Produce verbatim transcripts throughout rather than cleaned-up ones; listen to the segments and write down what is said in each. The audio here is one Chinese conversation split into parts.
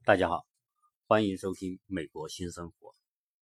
大家好，欢迎收听美国新生活。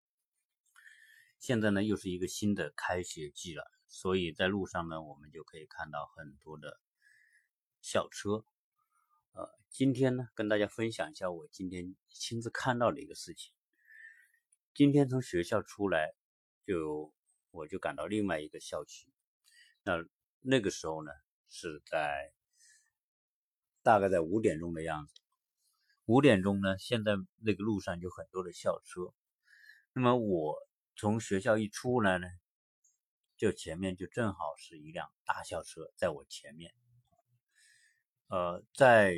现在呢，又是一个新的开学季了，所以在路上呢，我们就可以看到很多的校车。呃，今天呢，跟大家分享一下我今天亲自看到的一个事情。今天从学校出来，就我就赶到另外一个校区。那那个时候呢，是在大概在五点钟的样子。五点钟呢，现在那个路上就很多的校车。那么我从学校一出来呢，就前面就正好是一辆大校车在我前面。呃，在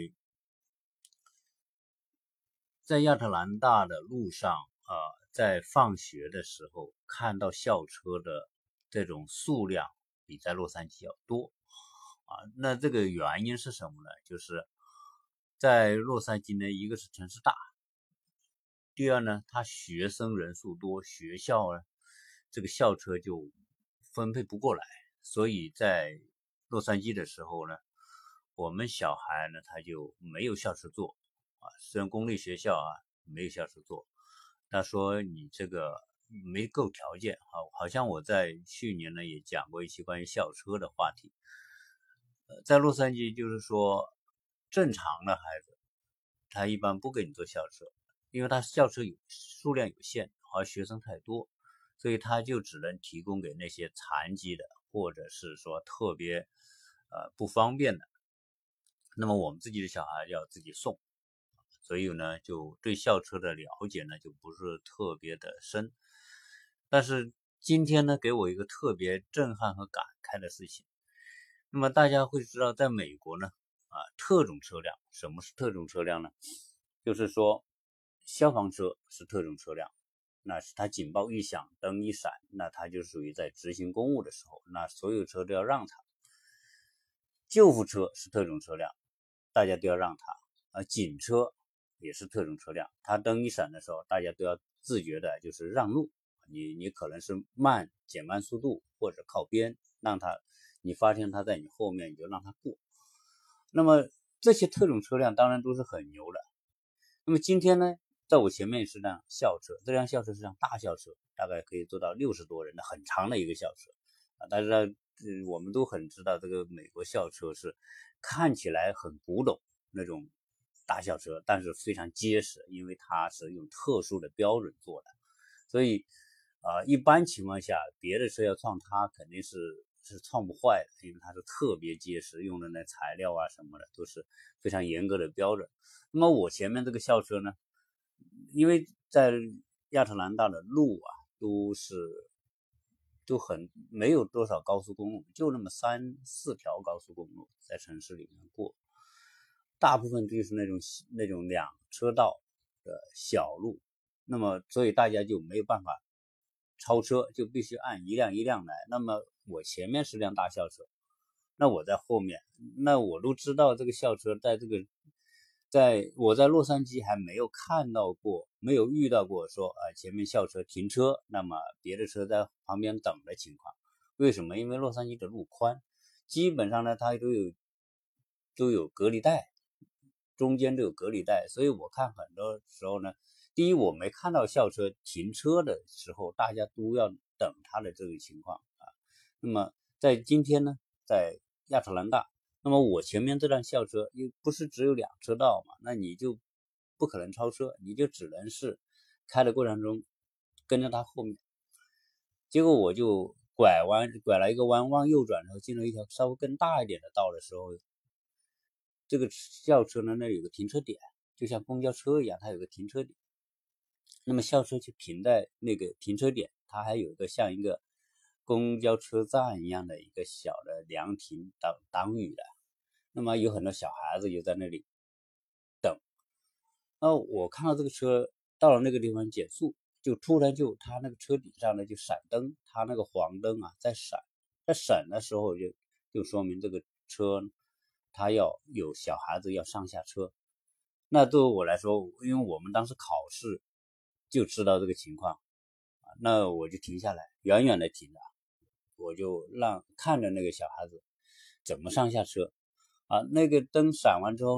在亚特兰大的路上，呃，在放学的时候看到校车的这种数量比在洛杉矶要多啊。那这个原因是什么呢？就是在洛杉矶呢，一个是城市大，第二呢，它学生人数多，学校呢这个校车就分配不过来，所以在洛杉矶的时候呢，我们小孩呢他就没有校车坐啊，虽然公立学校啊没有校车坐，他说你这个没够条件啊，好像我在去年呢也讲过一期关于校车的话题。呃，在洛杉矶就是说正常的孩子，他一般不给你坐校车。因为他校车有数量有限，而学生太多，所以他就只能提供给那些残疾的，或者是说特别呃不方便的。那么我们自己的小孩要自己送，所以呢，就对校车的了解呢就不是特别的深。但是今天呢，给我一个特别震撼和感慨的事情。那么大家会知道，在美国呢，啊，特种车辆，什么是特种车辆呢？就是说，消防车是特种车辆，那是它警报一响，灯一闪，那它就属于在执行公务的时候，那所有车都要让它。救护车是特种车辆，大家都要让它。啊，警车也是特种车辆，它灯一闪的时候，大家都要自觉的就是让路。你你可能是慢减慢速度，或者靠边，让它，你发现它在你后面，你就让它过。那么这些特种车辆当然都是很牛的。那么今天呢，在我前面是辆校车，这辆校车是辆大校车，大概可以坐到六十多人的很长的一个校车啊。大家、呃、我们都很知道，这个美国校车是看起来很古董那种大校车，但是非常结实，因为它是用特殊的标准做的，所以啊、呃，一般情况下，别的车要撞它肯定是是撞不坏的，因为它是特别结实，用的那材料啊什么的都是非常严格的标准。那么我前面这个校车呢，因为在亚特兰大的路啊都是都很没有多少高速公路，就那么三四条高速公路在城市里面过，大部分就是那种那种两车道的小路，那么所以大家就没有办法超车，就必须按一辆一辆来。那么我前面是辆大校车，那我在后面，那我都知道这个校车在这个，在我在洛杉矶还没有看到过，没有遇到过说啊前面校车停车，那么别的车在旁边等的情况。为什么？因为洛杉矶的路宽，基本上呢它都有都有隔离带，中间都有隔离带，所以我看很多时候呢，第一我没看到校车停车的时候大家都要等它的这个情况啊。那么在今天呢，在亚特兰大，那么我前面这辆校车又不是只有两车道嘛，那你就不可能超车，你就只能是开的过程中跟着它后面。结果我就拐弯，拐了一个弯，往右转，然后进入一条稍微更大一点的道的时候，这个校车呢那里有个停车点，就像公交车一样，它有个停车点。那么校车就停在那个停车点，它还有一个像一个公交车站一样的一个小的凉亭挡挡雨的。那么有很多小孩子就在那里等。那我看到这个车到了那个地方减速，就突然就它那个车顶上呢就闪灯，它那个黄灯啊在闪，在闪的时候就就说明这个车它要有小孩子要上下车。那对我来说，因为我们当时考试就知道这个情况，那我就停下来，远远的停着，我就让看着那个小孩子怎么上下车啊。那个灯闪完之后呢，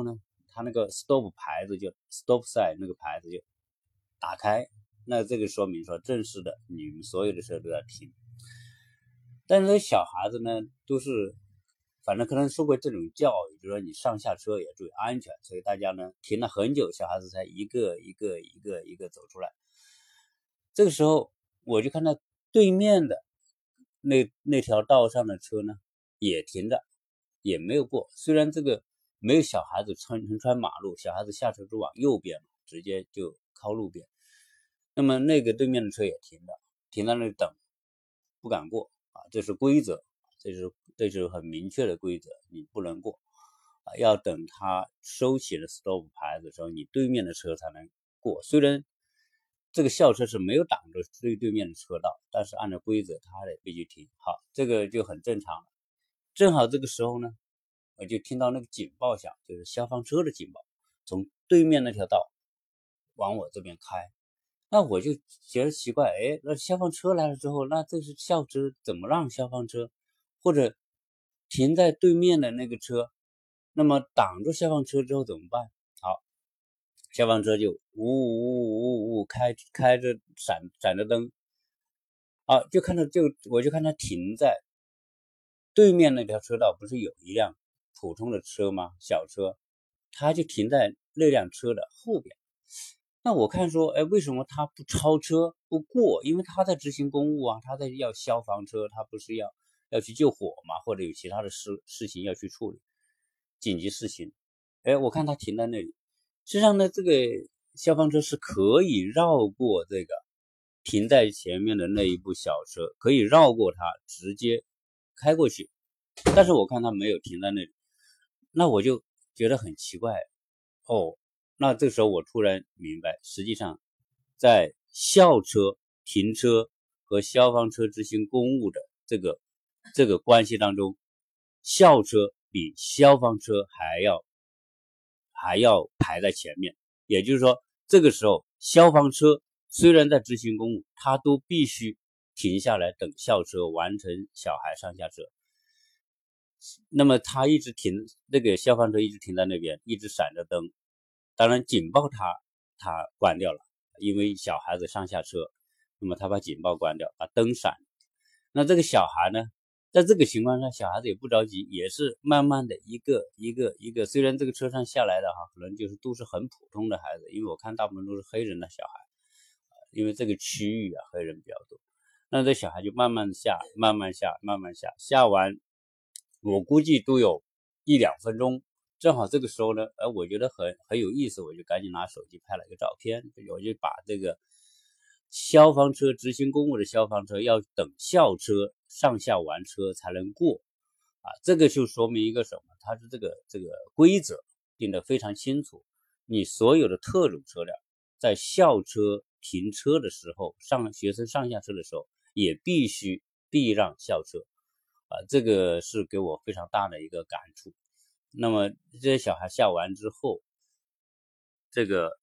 它那个 stop 牌子就 stop sign 那个牌子就打开，那这个说明说正式的你们所有的车都要停。但是小孩子呢都是反正可能受过这种教育，就是说你上下车也注意安全，所以大家呢停了很久，小孩子才一个一个一个一个走出来。这个时候我就看到对面的那那条道上的车呢也停着，也没有过。虽然这个没有小孩子穿横穿马路，小孩子下车就往右边直接就靠路边，那么那个对面的车也停着，停在那里等，不敢过啊，这是规则，这是这是很明确的规则，你不能过啊，要等他收起了 stop 牌子的时候，你对面的车才能过。虽然这个校车是没有挡着对对面的车道，但是按照规则他得必须停。好，这个就很正常了。正好这个时候呢，我就听到那个警报响，就是消防车的警报，从对面那条道往我这边开。那我就觉得奇怪，哎，那消防车来了之后，那这是校车怎么让消防车或者停在对面的那个车，那么挡住消防车之后怎么办？好，消防车就呜呜呜呜开开着闪闪着灯，啊，就看到就我就看他停在对面那条车道，不是有一辆普通的车吗？小车，他就停在那辆车的后边。那我看说，哎，为什么他不超车不过？因为他在执行公务啊，他在要消防车，他不是要要去救火嘛，或者有其他的事事情要去处理，紧急事情。哎，我看他停在那里。实际上呢，这个消防车是可以绕过这个停在前面的那一部小车，可以绕过它，直接开过去。但是我看他没有停在那里，那我就觉得很奇怪哦。那这时候我突然明白，实际上在校车停车和消防车执行公务的这个这个关系当中，校车比消防车还要还要排在前面。也就是说，这个时候消防车虽然在执行公务，它都必须停下来等校车完成小孩上下车。那么他一直停，那个消防车一直停在那边，一直闪着灯。当然警报他他关掉了，因为小孩子上下车，那么他把警报关掉，把灯闪。那这个小孩呢，在这个情况下，小孩子也不着急，也是慢慢的一个一个一个，虽然这个车上下来的哈，可能就是都是很普通的孩子，因为我看大部分都是黑人的小孩，因为这个区域啊黑人比较多。那这小孩就慢慢下，慢慢下，慢慢下，下完我估计都有一两分钟。正好这个时候呢，呃，我觉得很很有意思，我就赶紧拿手机拍了一个照片，我就把这个消防车执行公务的消防车要等校车上下完车才能过啊，这个就说明一个什么？它是这个这个规则定得非常清楚，你所有的特种车辆在校车停车的时候，上学生上下车的时候，也必须避让校车啊，这个是给我非常大的一个感触。那么这些小孩下完之后，这个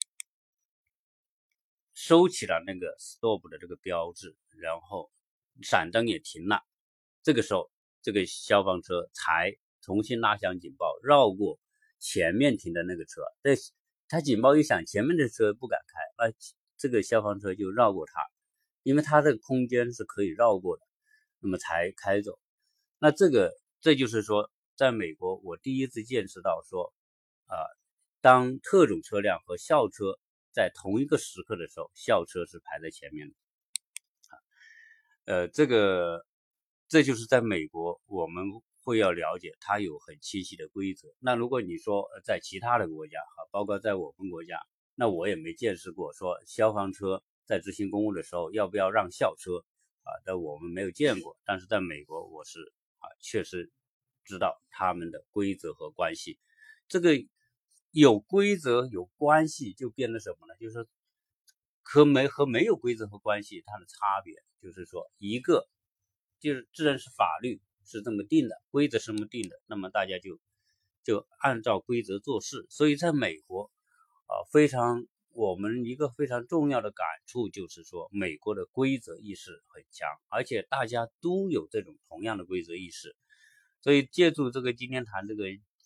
收起了那个 stop 的这个标志，然后闪灯也停了。这个时候，这个消防车才重新拉响警报，绕过前面停的那个车。这他警报一响，前面的车不敢开，啊，这个消防车就绕过它，因为它这个空间是可以绕过的，那么才开走。那这个这就是说，在美国我第一次见识到说，呃，当特种车辆和校车在同一个时刻的时候，校车是排在前面的。呃，这个这就是在美国我们会要了解，它有很清晰的规则。那如果你说在其他的国家哈，包括在我们国家，那我也没见识过说消防车在执行公务的时候要不要让校车啊，但我们没有见过。但是在美国，我是啊确实知道他们的规则和关系。这个有规则有关系就变得什么呢？就是和没和没有规则和关系它的差别，就是说一个就是自然是法律是这么定的，规则是这么定的，那么大家就就按照规则做事。所以在美国啊，非常我们一个非常重要的感触就是说，美国的规则意识很强，而且大家都有这种同样的规则意识。所以借助这个今天谈这个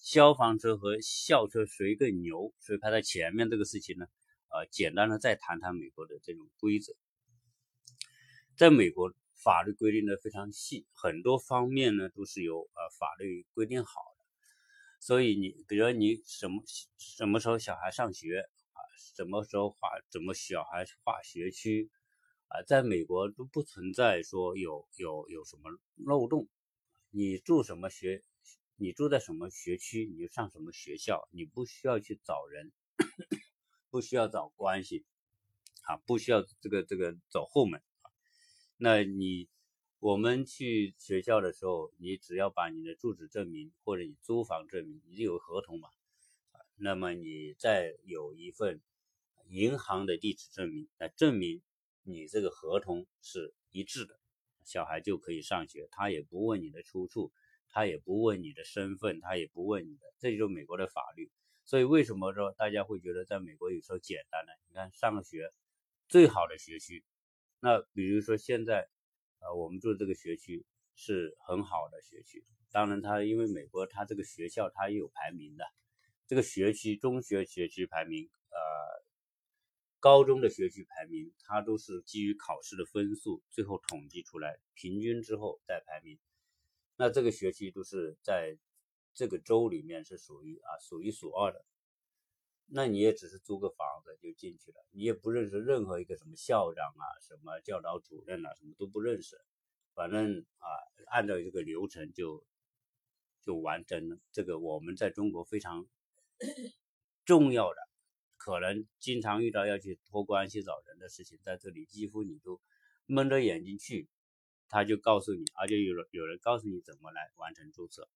消防车和校车谁更牛，谁排在前面这个事情呢，呃，简单的再谈谈美国的这种规则。在美国法律规定的非常细，很多方面呢都是由呃法律规定好的。所以你比如说你什么什么时候小孩上学啊，什么时候划怎么小孩划学区啊，在美国都不存在说有有有什么漏洞。你住什么学，你住在什么学区，你就上什么学校，你不需要去找人，不需要找关系啊，不需要这个这个走后门。那你我们去学校的时候，你只要把你的住址证明或者你租房证明，你就有合同嘛，那么你再有一份银行的地址证明来证明你这个合同是一致的，小孩就可以上学，他也不问你的出处，他也不问你的身份，他也不问你的，这就是美国的法律。所以为什么说大家会觉得在美国有时候简单呢？你看上个学最好的学区，那比如说现在呃我们住的这个学区是很好的学区，当然它因为美国它这个学校它也有排名的，这个学区中学学区排名呃高中的学区排名，它都是基于考试的分数最后统计出来，平均之后再排名。那这个学区都是在这个州里面是属于啊数一数二的。那你也只是租个房子就进去了，你也不认识任何一个什么校长啊、什么教导主任啊，什么都不认识。反正啊，按照这个流程就就完成了。这个我们在中国非常重要的，可能经常遇到要去托关系找人的事情，在这里几乎你都蒙着眼睛去，他就告诉你，而且有人有人告诉你怎么来完成注册。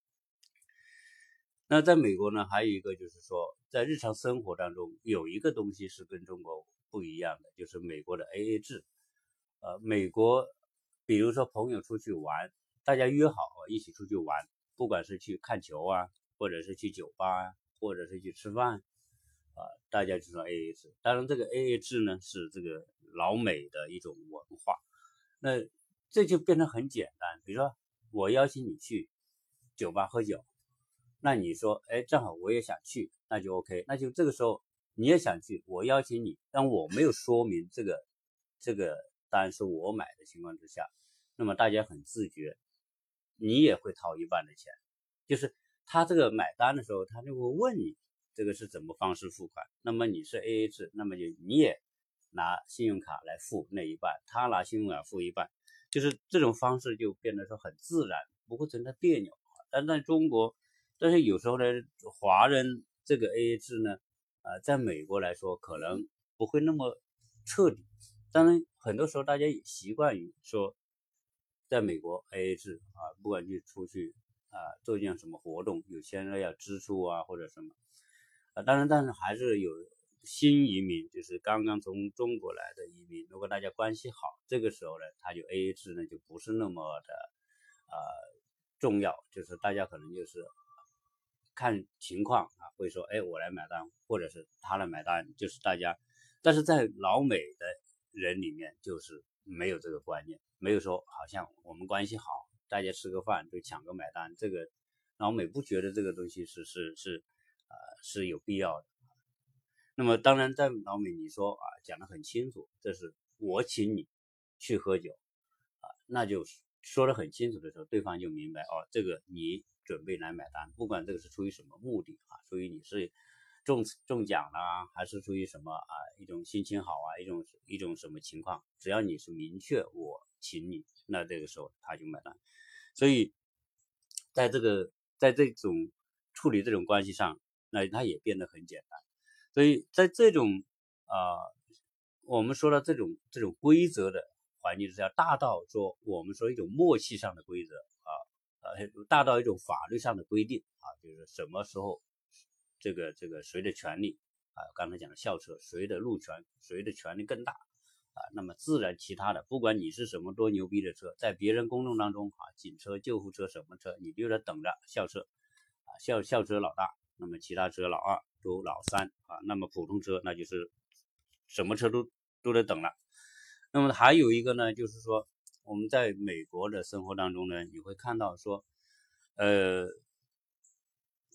那在美国呢，还有一个就是说，在日常生活当中有一个东西是跟中国不一样的，就是美国的 A A 制。呃，美国比如说朋友出去玩，大家约好一起出去玩，不管是去看球啊，或者是去酒吧啊，或者是去吃饭啊，大家就说 A A 制。当然这个 A A 制呢是这个老美的一种文化，那这就变得很简单。比如说我邀请你去酒吧喝酒，那你说哎正好我也想去，那就 OK， 那就这个时候你也想去，我邀请你，但我没有说明这个这个当然是我买的情况之下，那么大家很自觉，你也会掏一半的钱，就是他这个买单的时候他就会问你这个是怎么方式付款，那么你是 A A 制，那么就你也拿信用卡来付那一半，他拿信用卡付一半，就是这种方式就变得说很自然，不会存在别扭。但在中国，但是有时候呢，华人这个 A A 制呢，呃，在美国来说可能不会那么彻底。当然，很多时候大家也习惯于说，在美国 A A 制啊，不管去出去啊做一件什么活动，有些人要支出啊或者什么啊，当然，但是还是有新移民，就是刚刚从中国来的移民，如果大家关系好，这个时候呢，他就 A A 制呢就不是那么的呃重要，就是大家可能就是看情况啊，会说哎我来买单，或者是他来买单，就是大家，但是在老美的人里面就是没有这个观念，没有说好像我们关系好，大家吃个饭就抢个买单，这个老美不觉得这个东西是是是呃是有必要的。那么当然在老美你说啊讲得很清楚，这是我请你去喝酒啊，那就说得很清楚的时候，对方就明白哦，这个你准备来买单，不管这个是出于什么目的啊，出于你是中中奖啦，还是出于什么啊一种心情好啊，一种一种什么情况，只要你是明确我请你，那这个时候他就买单。所以在这个在这种处理这种关系上，那它也变得很简单。所以在这种呃我们说到这种这种规则的环境之下，大到说我们说一种默契上的规则啊，呃，大到一种法律上的规定啊，就是什么时候这个这个谁的权利啊，刚才讲的校车，谁的路权，谁的权利更大啊，那么自然其他的，不管你是什么多牛逼的车，在别人公众当中啊，警车、救护车什么车，你就在等着校车啊，校校车老大，那么其他车老二都老三啊，那么普通车那就是什么车都都得等了。那么还有一个呢，就是说我们在美国的生活当中呢，你会看到说，呃，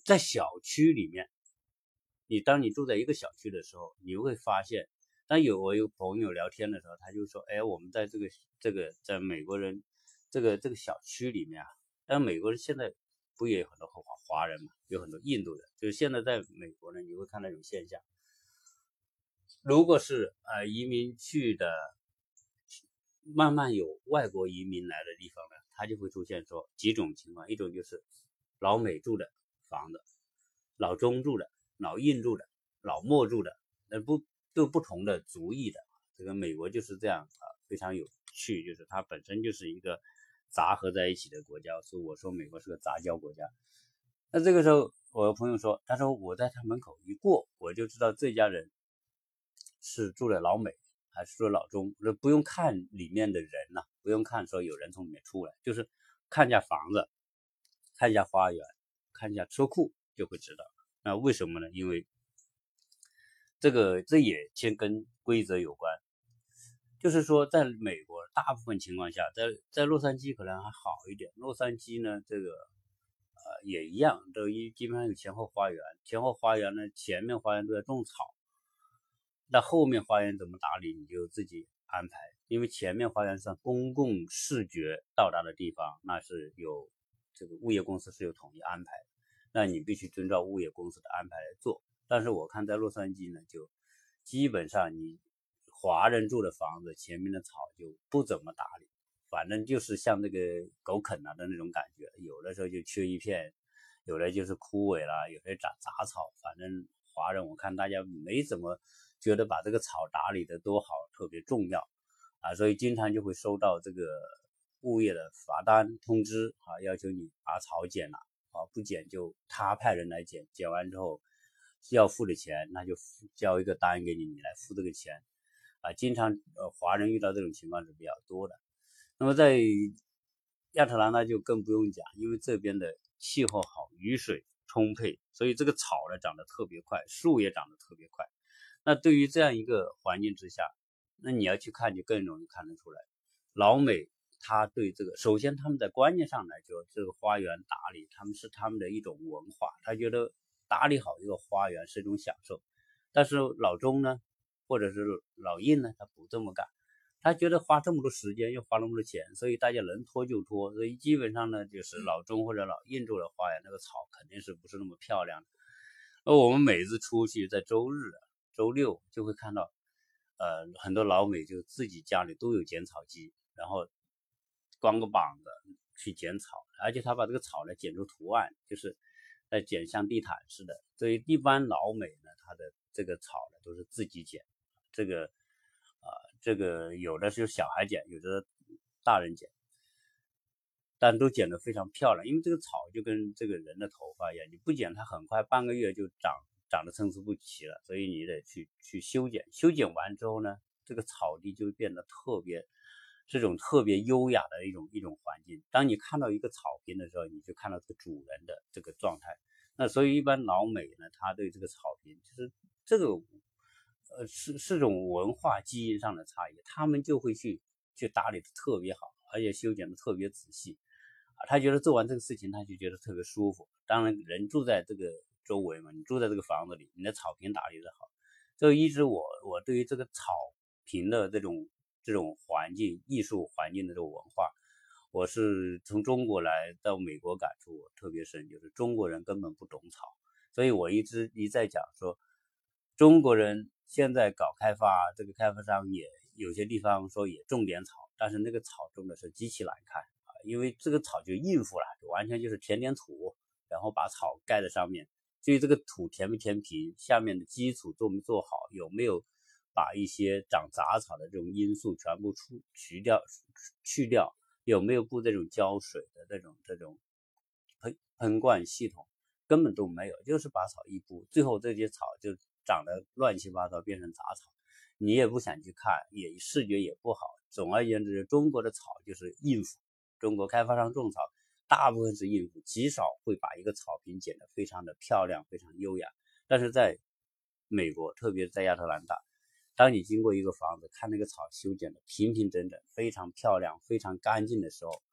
在小区里面，你当你住在一个小区的时候，你会发现，当有我有朋友聊天的时候，他就说，哎，我们在这个这个在美国人这个这个小区里面啊，但美国人现在不也有很多华华人嘛，有很多印度人，就是现在在美国呢，你会看到一种现象，如果是呃移民去的，慢慢有外国移民来的地方呢，它就会出现说几种情况，一种就是老美住的房子，老中住的，老印住的，老墨住的，那不都不同的族裔的。这个美国就是这样啊，非常有趣，就是它本身就是一个杂合在一起的国家，所以我说美国是个杂交国家。那这个时候，我的朋友说，他说我在他门口一过，我就知道这家人是住的老美还是住的老中，这不用看里面的人呢、啊，不用看说有人从里面出来，就是看一下房子，看一下花园，看一下车库就会知道。那为什么呢？因为这个这也先跟规则有关，就是说在美国大部分情况下，在在洛杉矶可能还好一点，洛杉矶呢这个呃也一样，都一基本上有前后花园，前后花园呢前面花园都在种草，那后面花园怎么打理你就自己安排，因为前面花园是公共视觉到达的地方，那是有这个物业公司是有统一安排的，那你必须遵照物业公司的安排来做。但是我看在洛杉矶呢，就基本上你华人住的房子前面的草就不怎么打理，反正就是像那个狗啃了的那种感觉，有的时候就缺一片，有的就是枯萎了，有的长杂草，反正华人我看大家没怎么觉得把这个草打理的多好，特别重要啊，所以经常就会收到这个物业的罚单通知啊，要求你把草剪了啊，不剪就他派人来剪，剪完之后要付的钱，那就交一个单给你，你来付这个钱啊。经常呃华人遇到这种情况是比较多的。那么在亚特兰大就更不用讲，因为这边的气候好，雨水充沛，所以这个草呢长得特别快，树也长得特别快。那对于这样一个环境之下，那你要去看就更容易看得出来。老美他对这个，首先他们在观念上来说，这个花园打理，他们是他们的一种文化，他觉得打理好一个花园是一种享受。但是老中呢，或者是老印呢，他不这么干，他觉得花这么多时间又花那么多钱，所以大家能拖就拖，所以基本上呢，就是老中或者老印住的花园，那个草肯定是不是那么漂亮的。而我们每次出去在周日、周六就会看到，呃，很多老美就自己家里都有剪草机，然后光个膀子去剪草，而且他把这个草呢剪出图案，就是在剪像地毯似的。所以一般老美呢，他的这个草呢都是自己剪，这个啊、呃，这个有的是小孩剪，有的大人剪。但都剪得非常漂亮，因为这个草就跟这个人的头发一样，你不剪它很快半个月就长长得参差不齐了，所以你得去去修剪，修剪完之后呢，这个草地就变得特别这种特别优雅的一种一种环境。当你看到一个草坪的时候，你就看到这个主人的这个状态。那所以一般老美呢，他对这个草坪就是这个呃是是种文化基因上的差异，他们就会去去打理的特别好，而且修剪的特别仔细。他觉得做完这个事情，他就觉得特别舒服。当然，人住在这个周围嘛，你住在这个房子里，你的草坪打理的好，所以一直我我对于这个草坪的这种这种环境、艺术环境的这种文化，我是从中国来到美国感触我特别深，就是中国人根本不懂草，所以我一直一再讲说，中国人现在搞开发，这个开发商也有些地方说也种点草，但是那个草种的是极其难看。因为这个草就应付了，就完全就是填点土，然后把草盖在上面。至于这个土填没填平，下面的基础做没做好，有没有把一些长杂草的这种因素全部除去掉去掉，有没有布这种浇水的这种这种喷喷灌系统，根本都没有，就是把草一铺，最后这些草就长得乱七八糟，变成杂草，你也不想去看，也视觉也不好。总而言之，中国的草就是应付。中国开发商种草大部分是应付，极少会把一个草坪剪得非常的漂亮，非常优雅。但是在美国，特别是在亚特兰大，当你经过一个房子，看那个草修剪的平平整整，非常漂亮，非常干净的时候，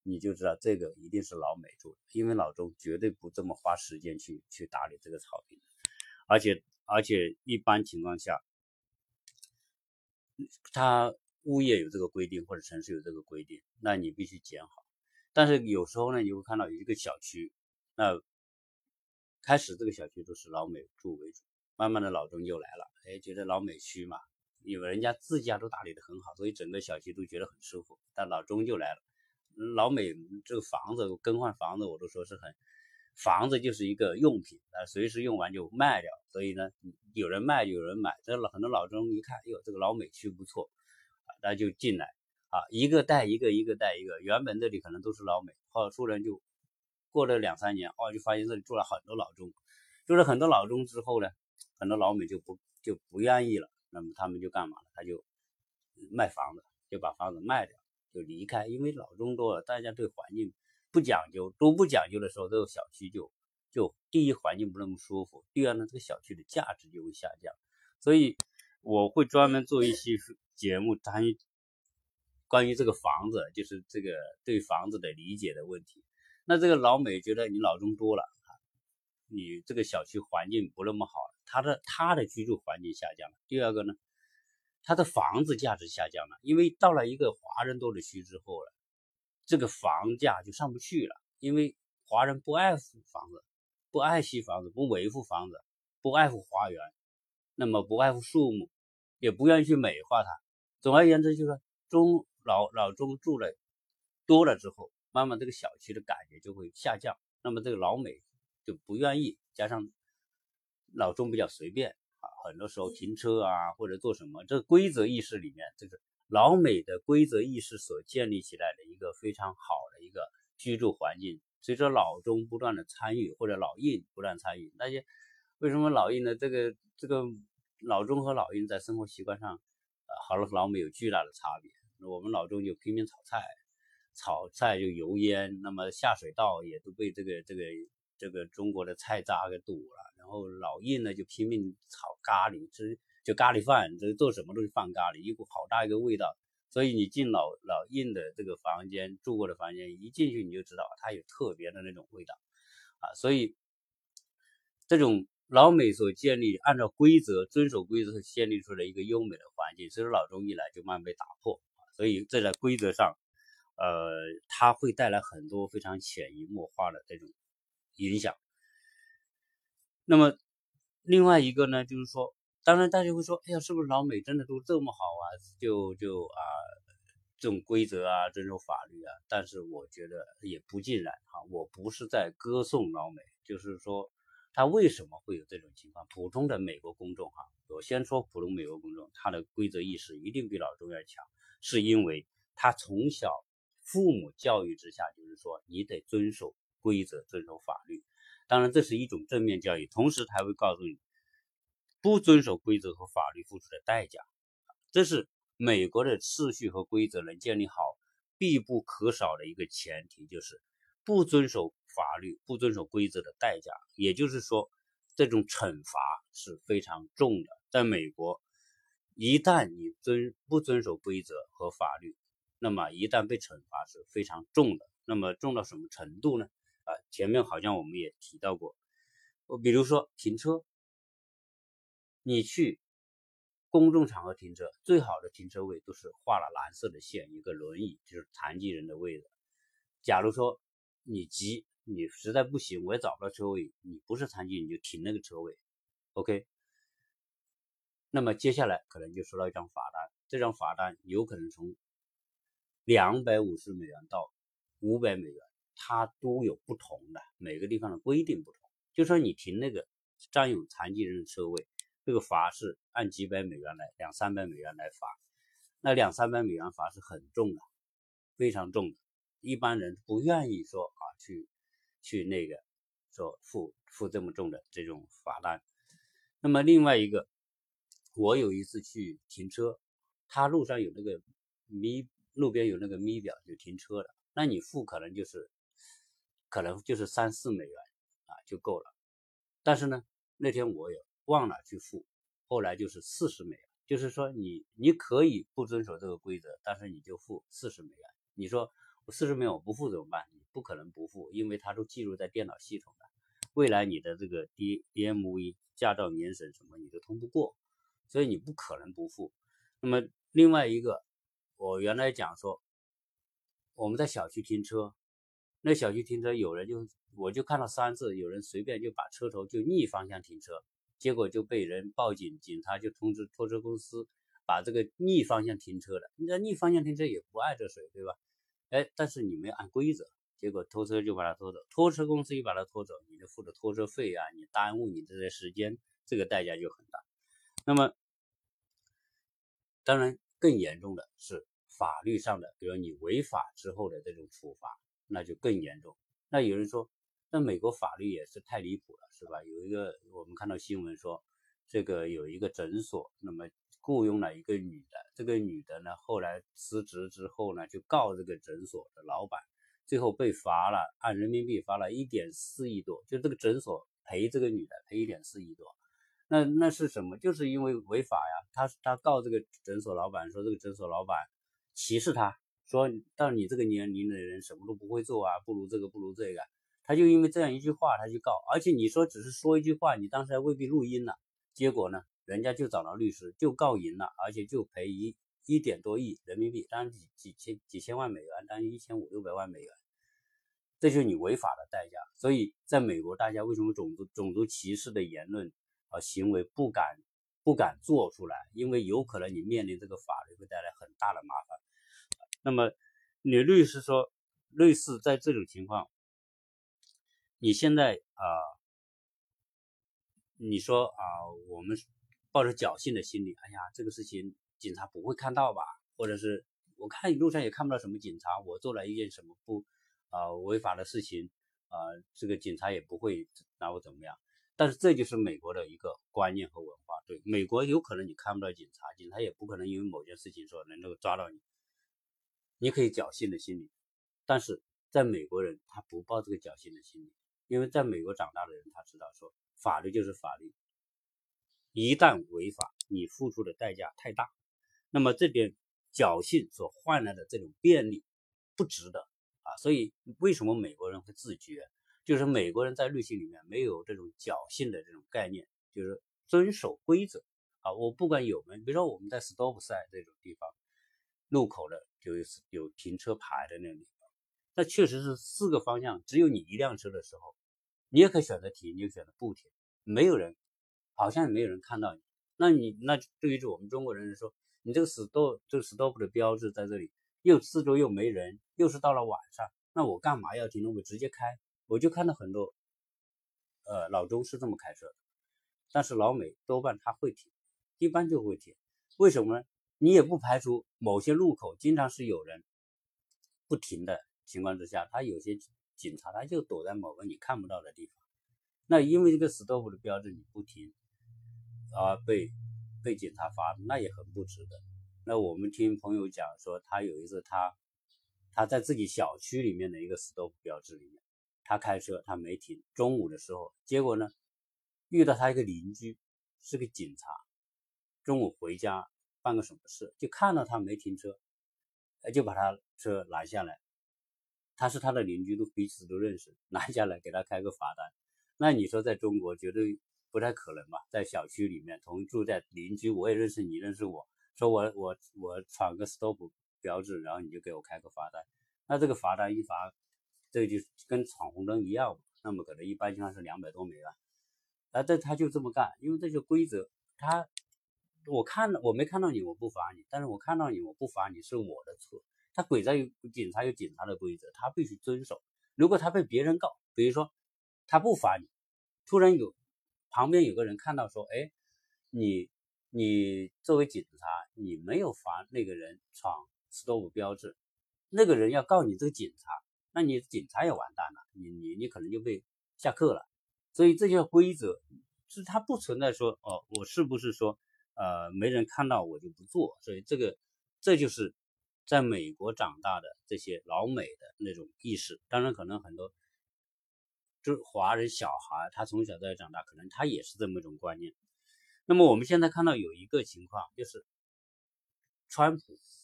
你就知道这个一定是老美住的，因为老中绝对不这么花时间去去打理这个草坪，而且而且一般情况下，他物业有这个规定或者城市有这个规定，那你必须剪好。但是有时候呢，你会看到有一个小区，那开始这个小区都是老美住为主，慢慢的老中又来了，哎，觉得老美区嘛，因为人家自家都打理得很好，所以整个小区都觉得很舒服。但老中就来了，老美这个房子更换房子，我都说是很，房子就是一个用品啊，随时用完就卖掉，所以呢，有人卖有人买。这很多老中一看，哟，这个老美区不错，啊，那就进来啊，一个带一个，一个带一个。原本这里可能都是老美，后突然就过了两三年，哦，就发现这里住了很多老中，住了很多老中之后呢，很多老美就不就不愿意了，那么他们就干嘛了？他就卖房子，就把房子卖掉。就离开，因为老中多了，大家对环境不讲究，都不讲究的时候，这个小区就就第一环境不那么舒服，第二呢，这个小区的价值就会下降。所以我会专门做一期节目谈关于这个房子，就是这个对房子的理解的问题。那这个老美觉得你老中多了，你这个小区环境不那么好，他的他的居住环境下降了。第二个呢，他的房子价值下降了，因为到了一个华人多的区之后了，这个房价就上不去了，因为华人不爱护房子，不爱惜房子，不维护房子，不爱护花园，那么不爱护树木，也不愿意去美化它。总而言之，就是中老老中住了多了之后，慢慢这个小区的感觉就会下降，那么这个老美就不愿意，加上老中比较随便。很多时候停车啊，或者做什么，这个规则意识里面，这个老美的规则意识所建立起来的一个非常好的一个居住环境。随着老中不断的参与，或者老印不断参与，那些为什么老印呢？这个这个老中和老印在生活习惯上，呃，和老美有巨大的差别。我们老中就拼命炒菜，炒菜就油烟，那么下水道也都被这个这个这个中国的菜渣给堵了。然后老印呢就拼命炒咖喱，吃就咖喱饭，这做什么都是放咖喱，一股好大一个味道。所以你进老老印的这个房间，住过的房间，一进去你就知道它有特别的那种味道啊。所以这种老美所建立按照规则遵守规则建立出来一个优美的环境，随着老中一来就慢慢被打破。所以这在规则上，呃，它会带来很多非常潜移默化的这种影响。那么另外一个呢，就是说，当然大家会说，哎呀，是不是老美真的都这么好啊？就就啊，这种规则啊，遵守法律啊？但是我觉得也不尽然哈。我不是在歌颂老美，就是说他为什么会有这种情况？普通的美国公众哈，我先说普通美国公众，他的规则意识一定比老中要强，是因为他从小父母教育之下，就是说你得遵守规则，遵守法律。当然这是一种正面教育，同时他会告诉你不遵守规则和法律付出的代价。这是美国的秩序和规则能建立好必不可少的一个前提，就是不遵守法律不遵守规则的代价，也就是说这种惩罚是非常重的。在美国，一旦你遵不遵守规则和法律，那么一旦被惩罚是非常重的。那么重到什么程度呢？啊，前面好像我们也提到过，我比如说停车，你去公众场合停车，最好的停车位都是画了蓝色的线，一个轮椅就是残疾人的位置。假如说你急，你实在不行，我也找不到车位，你不是残疾人你就停那个车位 ，OK。那么接下来可能就收到一张罚单，这张罚单有可能从两百五十美元到五百美元。它都有不同的，每个地方的规定不同。就说你停那个占用残疾人的车位，这个罚是按几百美元来，两三百美元来罚。那两三百美元罚是很重的，非常重的。一般人不愿意说啊去去那个说付付这么重的这种罚单。那么另外一个，我有一次去停车，他路上有那个咪路边有那个咪表就停车的，那你付可能就是可能就是三四美元啊就够了。但是呢，那天我也忘了去付，后来就是四十美元。就是说你你可以不遵守这个规则，但是你就付四十美元。你说我四十秒我不付怎么办？你不可能不付，因为它都记录在电脑系统的。未来你的这个 D D M V 驾照年审什么你都通不过，所以你不可能不付。那么另外一个，我原来讲说我们在小区停车，那小区停车有人就我就看到三次有人随便就把车头就逆方向停车，结果就被人报警，警察就通知拖车公司把这个逆方向停车的，那逆方向停车也不碍着谁，对吧？哎，但是你没有按规则，结果拖车就把他拖走，拖车公司一把他拖走，你就付的拖车费啊，你耽误你这些时间，这个代价就很大。那么当然更严重的是法律上的，比如你违法之后的这种处罚，那就更严重。那有人说，那美国法律也是太离谱了，是吧？有一个我们看到新闻说，这个有一个诊所，那么雇佣了一个女的，这个女的呢后来辞职之后呢，就告这个诊所的老板，最后被罚了，按人民币罚了一点四亿多，就这个诊所赔这个女的赔一点四亿多。那那是什么？就是因为违法呀，他他告这个诊所老板说这个诊所老板歧视他，说到你这个年龄的人什么都不会做啊，不如这个不如这个，他就因为这样一句话他去告，而且你说只是说一句话，你当时还未必录音了，结果呢，人家就找到律师就告赢了，而且就赔一一点多亿人民币，当然几几千几千万美元，当然一千五六百万美元，这就是你违法的代价。所以在美国，大家为什么种族种族歧视的言论啊行为不敢不敢做出来？因为有可能你面临这个法律会带来很大的麻烦。那么你律师说，类似在这种情况，你现在啊、呃，你说啊、呃，我们抱着侥幸的心理，哎呀，这个事情警察不会看到吧？或者是我看路上也看不到什么警察，我做了一件什么不啊、呃、违法的事情啊、呃，这个警察也不会拿我怎么样。但是这就是美国的一个观念和文化。对，美国有可能你看不到警察，警察也不可能因为某件事情说能够抓到你，你可以侥幸的心理。但是在美国人他不抱这个侥幸的心理，因为在美国长大的人他知道说法律就是法律，一旦违法你付出的代价太大，那么这点侥幸所换来的这种便利不值得啊。所以为什么美国人会自觉，就是美国人在律行里面没有这种侥幸的这种概念，就是遵守规则啊。我不管有没有，比如说我们在 stop sign 这种地方，路口的有有停车牌的那种地方，那确实是四个方向只有你一辆车的时候，你也可以选择停，你就选择不停，没有人，好像也没有人看到你。那你那对于我们中国人来说，你这个 stop 这个 stop 的标志在这里，又四周又没人，又是到了晚上，那我干嘛要停呢？我直接开。我就看到很多呃老中是这么开车的，但是老美多半他会停，一般就会停。为什么呢？你也不排除某些路口经常是有人不停的情况之下，他有些警察他就躲在某个你看不到的地方。那因为这个 stop 的标志你不停啊，被被警察罚，那也很不值得。那我们听朋友讲说，他有一次他他在自己小区里面的一个 stop 标志里面，他开车他没停，中午的时候，结果呢遇到他一个邻居是个警察，中午回家办个什么事，就看到他没停车，就把他车拦下来。他是他的邻居，都彼此都认识，拦下来给他开个罚单。那你说在中国绝对不太可能吧？在小区里面同住在邻居，我也认识你，认识我，说我我我闯个 stop 标志，然后你就给我开个罚单，那这个罚单一罚，这就跟闯红灯一样，那么可能一般情况是两百多美元。啊，这他就这么干，因为这就规则，他我看我没看到你，我不罚你，但是我看到你，我不罚你是我的错。他鬼在于警察有警察的规则，他必须遵守。如果他被别人告，比如说他不罚你，突然有旁边有个人看到说，哎，你你作为警察，你没有罚那个人闯 stop 标志，那个人要告你这个警察，那你警察也完蛋了，你你你可能就被下课了。所以这些规则是它不存在说哦，我是不是说呃没人看到我就不做，所以这个这就是在美国长大的这些老美的那种意识。当然可能很多就是华人小孩他从小在长大，可能他也是这么一种观念。那么我们现在看到有一个情况，就是川普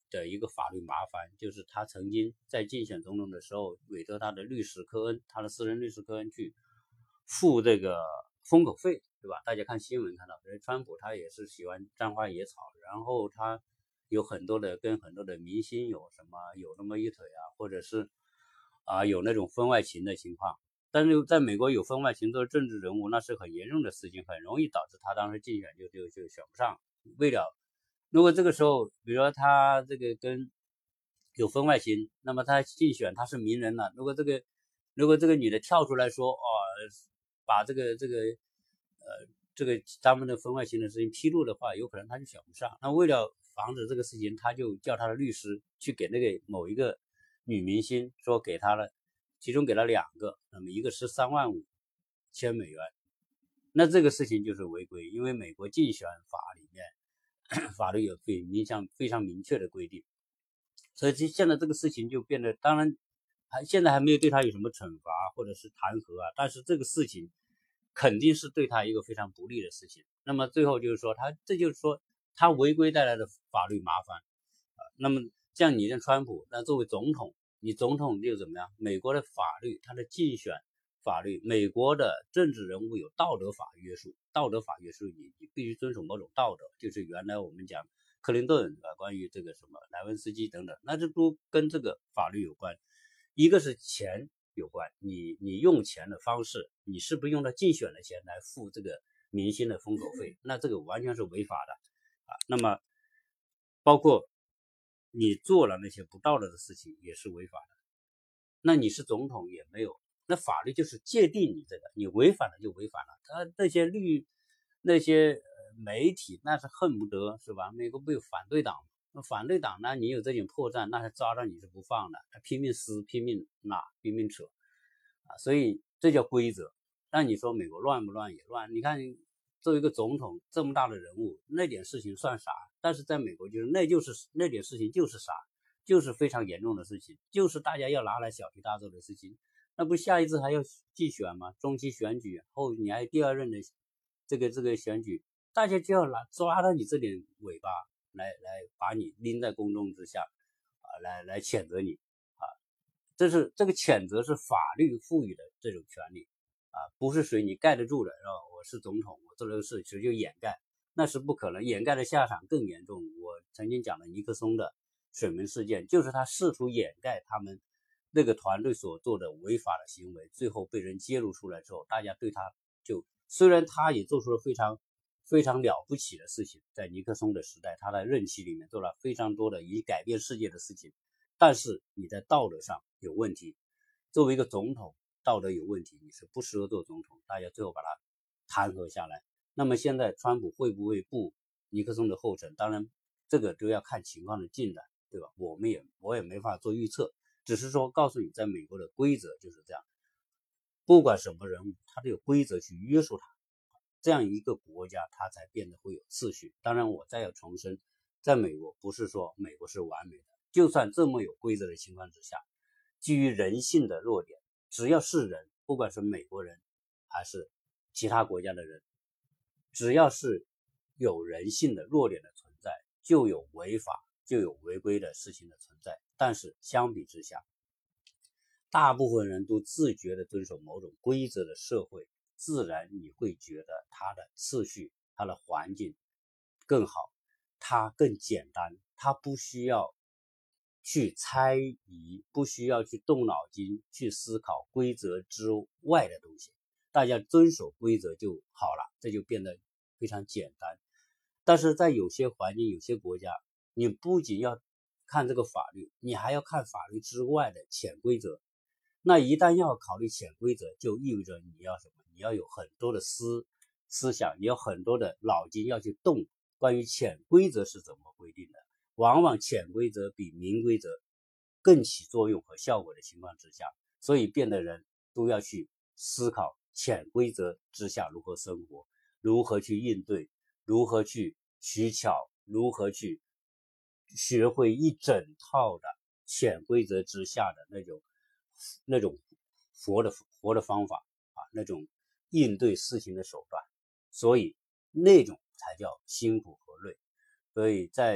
的一个法律麻烦，就是他曾经在竞选总统的时候委托他的律师科恩，他的私人律师科恩去付这个封口费，对吧？大家看新闻看到，川普他也是喜欢沾花惹草，然后他有很多的跟很多的明星有什么有那么一腿啊，或者是啊有那种婚外情的情况。但是在美国有婚外情做政治人物，那是很严重的事情，很容易导致他当时竞选就就就选不上。为了如果这个时候，比如说他这个跟有婚外情，那么他竞选他是名人了。如果这个如果这个女的跳出来说，哦，把这个这个呃这个他们的婚外情的事情披露的话，有可能他就选不上。那为了防止这个事情，他就叫他的律师去给那个某一个女明星说给他了，其中给了两个，那么一个是三万五千美元。那这个事情就是违规，因为美国竞选法里面。法律有非常非常明确的规定，所以现在这个事情就变得，当然还现在还没有对他有什么惩罚或者是弹劾啊，但是这个事情肯定是对他一个非常不利的事情。那么最后就是说，他这就是说他违规带来的法律麻烦啊。那么像你的川普，那作为总统，你总统就怎么样？美国的法律，他的竞选法律，美国的政治人物有道德法约束，道德法约束你，你必须遵守某种道德，就是原来我们讲克林顿啊，关于这个什么莱文斯基等等，那这都跟这个法律有关。一个是钱有关，你你用钱的方式，你是不是用到竞选的钱来付这个明星的封口费？那这个完全是违法的啊。那么包括你做了那些不道德的事情也是违法的。那你是总统也没有。那法律就是界定你这个，你违反了就违反了。他那些律那些媒体那是恨不得是吧？美国不有反对党吗？那反对党呢，你有这点破绽，那是抓着你是不放的，他拼命撕、拼命拉、拼命扯啊！所以这叫规则。那你说美国乱不乱也乱？你看，作为一个总统这么大的人物，那点事情算啥？但是在美国就是那就是那点事情就是啥，就是非常严重的事情，就是大家要拿来小题大做的事情。那不下一次还要竞选吗？中期选举后你还第二任的这个这个选举，大家就要拿抓到你这点尾巴来来把你拎在公众之下啊，来来谴责你啊。这是这个谴责是法律赋予的这种权利啊，不是谁你盖得住的。然后我是总统，我做了个事实就掩盖，那是不可能，掩盖的下场更严重。我曾经讲的尼克松的水门事件，就是他试图掩盖他们那个团队所做的违法的行为，最后被人揭露出来之后，大家对他就虽然他也做出了非常非常了不起的事情，在尼克松的时代，他的任期里面做了非常多的以改变世界的事情，但是你在道德上有问题，作为一个总统，道德有问题，你是不适合做总统，大家最后把他弹劾下来。那么现在川普会不会步尼克松的后尘？当然，这个都要看情况的进展，对吧？我们也我也没法做预测。只是说告诉你，在美国的规则就是这样，不管什么人物，他都有规则去约束他，这样一个国家它才变得会有秩序。当然，我再要重申，在美国不是说美国是完美的，就算这么有规则的情况之下，基于人性的弱点，只要是人，不管是美国人还是其他国家的人，只要是有人性的弱点的存在，就有违法就有违规的事情的存在。但是相比之下，大部分人都自觉地遵守某种规则的社会，自然你会觉得它的秩序它的环境更好，它更简单，它不需要去猜疑，不需要去动脑筋去思考规则之外的东西，大家遵守规则就好了，这就变得非常简单。但是在有些环境有些国家，你不仅要看这个法律，你还要看法律之外的潜规则。那一旦要考虑潜规则，就意味着你要什么？你要有很多的思思想，你有很多的脑筋要去动，关于潜规则是怎么规定的。往往潜规则比明规则更起作用和效果的情况之下，所以变得人都要去思考潜规则之下如何生活，如何去应对，如何去取巧，如何去学会一整套的潜规则之下的那种那种活的活的方法啊，那种应对事情的手段，所以那种才叫辛苦和累。所以在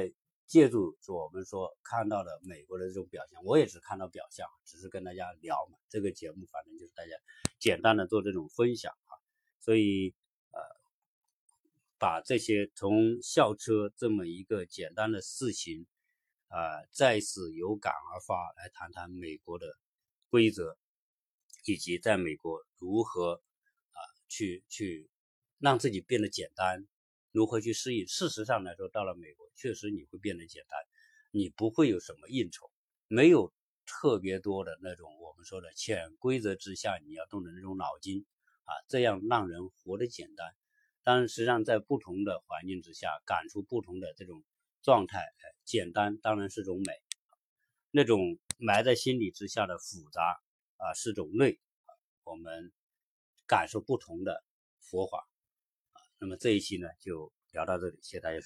借助我们说看到的美国的这种表象，我也只看到表象，只是跟大家聊嘛。这个节目反正就是大家简单的做这种分享啊，所以呃，把这些从校车这么一个简单的事情啊、呃，再次有感而发来谈谈美国的规则，以及在美国如何啊、呃、去去让自己变得简单，如何去适应。事实上来说，到了美国，确实你会变得简单，你不会有什么应酬，没有特别多的那种我们说的潜规则之下你要动的那种脑筋啊，这样让人活得简单。但是实际上在不同的环境之下感出不同的这种状态，简单当然是种美，那种埋在心底之下的复杂啊是种累，我们感受不同的佛法。那么这一期呢就聊到这里，谢谢大家。